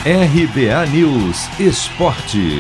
RBA News Esporte.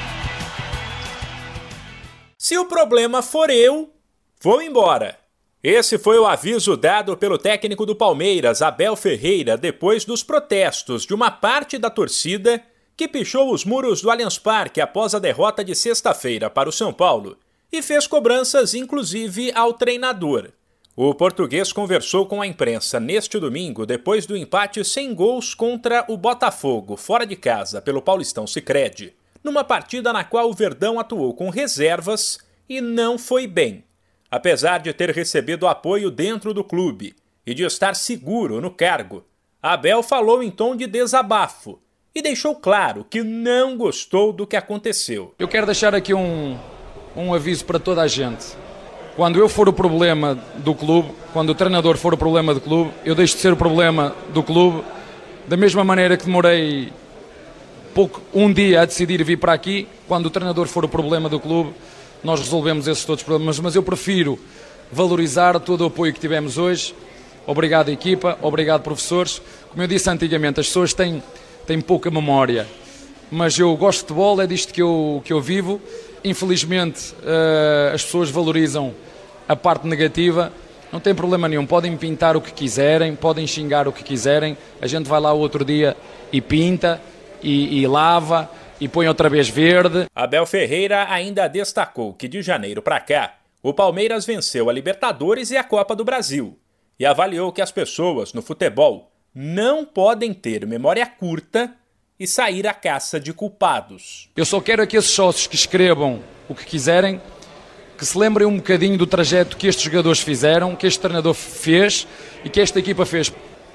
Se o problema for eu, vou embora. Esse foi o aviso dado pelo técnico do Palmeiras, Abel Ferreira, depois dos protestos de uma parte da torcida que pichou os muros do Allianz Parque após a derrota de sexta-feira para o São Paulo e fez cobranças inclusive ao treinador. O português conversou com a imprensa neste domingo depois do empate sem gols contra o Botafogo, fora de casa, pelo Paulistão Sicredi, numa partida na qual o Verdão atuou com reservas e não foi bem. Apesar de ter recebido apoio dentro do clube e de estar seguro no cargo, Abel falou em tom de desabafo e deixou claro que não gostou do que aconteceu. Eu quero deixar aqui um aviso para toda a gente. Quando eu for o problema do clube, quando o treinador for o problema do clube, eu deixo de ser o problema do clube. Da mesma maneira que demorei um dia a decidir vir para aqui, quando o treinador for o problema do clube, nós resolvemos esses todos os problemas. Mas eu prefiro valorizar todo o apoio que tivemos hoje. Obrigado, equipa, obrigado, professores. Como eu disse antigamente, as pessoas têm pouca memória, mas eu gosto de futebol, é disto que eu vivo. Infelizmente, as pessoas valorizam a parte negativa. Não tem problema nenhum, podem pintar o que quiserem, podem xingar o que quiserem, a gente vai lá o outro dia e pinta, e lava, e põe outra vez verde. Abel Ferreira ainda destacou que de janeiro para cá, o Palmeiras venceu a Libertadores e a Copa do Brasil, e avaliou que as pessoas no futebol não podem ter memória curta e sair à caça de culpados. Eu só quero que esses sócios que escrevam o que quiserem, que se lembrem um bocadinho do trajeto que estes jogadores fizeram, que este treinador fez e que esta equipa fez.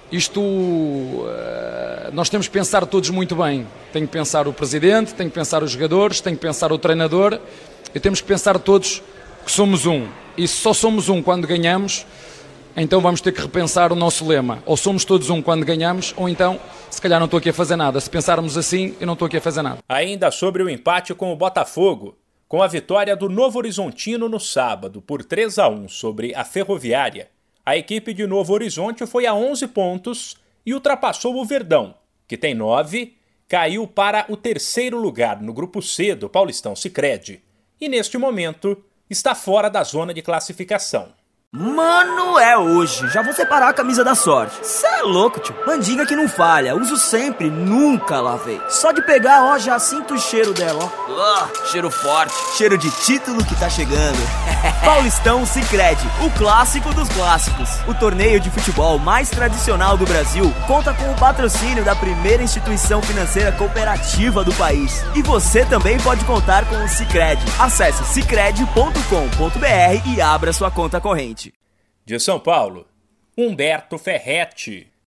Nós temos que pensar todos muito bem. Tem que pensar o presidente, tem que pensar os jogadores, tem que pensar o treinador, e temos que pensar todos que somos um. E se só somos um quando ganhamos, então vamos ter que repensar o nosso lema. Ou somos todos um quando ganhamos, ou então, se calhar não estou aqui a fazer nada. Se pensarmos assim, eu não estou aqui a fazer nada. Ainda sobre o empate com o Botafogo, com a vitória do Novo Horizontino no sábado por 3-1 sobre a Ferroviária, a equipe de Novo Horizonte foi a 11 pontos e ultrapassou o Verdão, que tem 9, caiu para o terceiro lugar no grupo C do Paulistão Sicredi e, neste momento, está fora da zona de classificação. Mano, é hoje. Já vou separar a camisa da sorte. Cê é louco, tio. Mandinga que não falha. Uso sempre, nunca lavei. Só de pegar, ó, já sinto o cheiro dela, ó. Cheiro forte. Cheiro de título que tá chegando. Paulistão Sicredi, o clássico dos clássicos. O torneio de futebol mais tradicional do Brasil conta com o patrocínio da primeira instituição financeira cooperativa do país. E você também pode contar com o Sicredi. Acesse sicredi.com.br e abra sua conta corrente. De São Paulo, Humberto Ferretti.